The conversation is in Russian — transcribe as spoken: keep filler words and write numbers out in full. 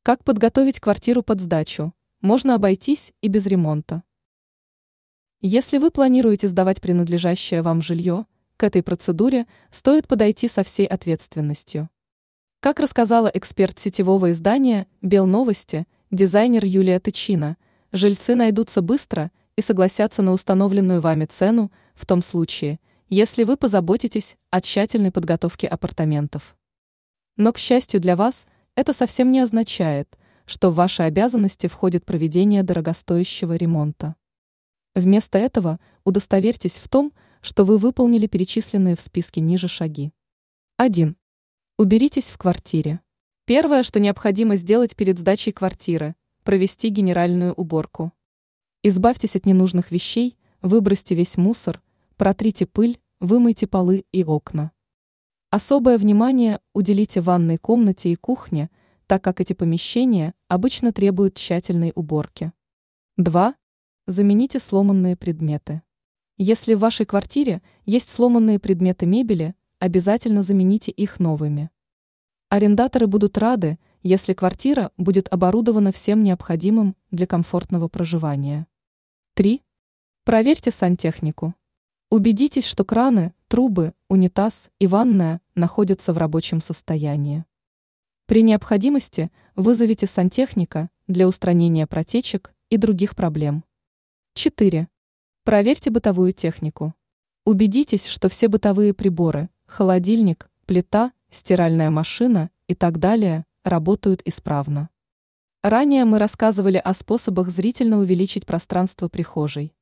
Как подготовить квартиру под сдачу? Можно обойтись и без ремонта. Если вы планируете сдавать принадлежащее вам жилье, к этой процедуре стоит подойти со всей ответственностью. Как рассказала эксперт сетевого издания «Белновости», дизайнер Юлия Тычина, жильцы найдутся быстро и согласятся на установленную вами цену в том случае, если вы позаботитесь о тщательной подготовке апартаментов. Но, к счастью для вас, это совсем не означает, что в ваши обязанности входит проведение дорогостоящего ремонта. Вместо этого удостоверьтесь в том, что вы выполнили перечисленные в списке ниже шаги. один. Уберитесь в квартире. Первое, что необходимо сделать перед сдачей квартиры – провести генеральную уборку. Избавьтесь от ненужных вещей, выбросьте весь мусор, протрите пыль, вымойте полы и окна. Особое внимание уделите ванной комнате и кухне, так как эти помещения обычно требуют тщательной уборки. два. Замените сломанные предметы. Если в вашей квартире есть сломанные предметы мебели, обязательно замените их новыми. Арендаторы будут рады, если квартира будет оборудована всем необходимым для комфортного проживания. три. Проверьте сантехнику. Убедитесь, что краны, трубы, унитаз и ванная находятся в рабочем состоянии. При необходимости вызовите сантехника для устранения протечек и других проблем. четыре. Проверьте бытовую технику. Убедитесь, что все бытовые приборы, холодильник, плита, стиральная машина и так далее работают исправно. Ранее мы рассказывали о способах зрительно увеличить пространство прихожей.